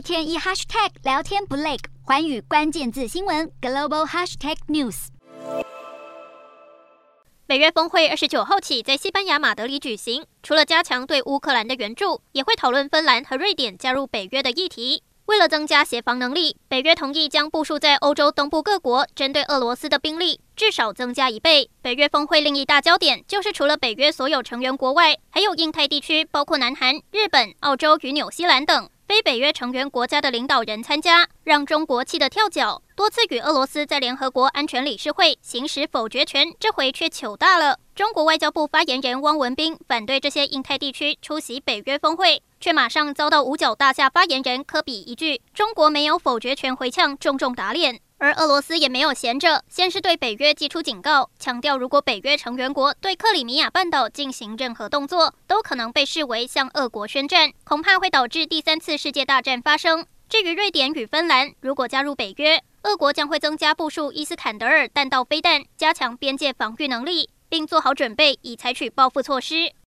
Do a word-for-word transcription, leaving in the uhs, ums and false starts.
天一 hashtag 聊天不累，寰宇关键字新闻 global hashtag news。 北约峰会二十九号起在西班牙马德里举行，除了加强对乌克兰的援助，也会讨论芬兰和瑞典加入北约的议题。为了增加协防能力，北约同意将部署在欧洲东部各国针对俄罗斯的兵力至少增加一倍。北约峰会另一大焦点就是除了北约所有成员国外，还有印太地区，包括南韩、日本、澳洲与纽西兰等非北约成员国家的领导人参加，让中国气得跳脚，多次与俄罗斯在联合国安全理事会行使否决权，这回却糗大了。中国外交部发言人汪文斌反对这些印太地区出席北约峰会，却马上遭到五角大厦发言人科比一句“中国没有否决权”回呛，重重打脸。而俄罗斯也没有闲着，先是对北约寄出警告，强调如果北约成员国对克里米亚半岛进行任何动作，都可能被视为向俄国宣战，恐怕会导致第三次世界大战发生。至于瑞典与芬兰，如果加入北约，俄国将会增加部署伊斯坎德尔弹道飞弹，加强边界防御能力，并做好准备以采取报复措施。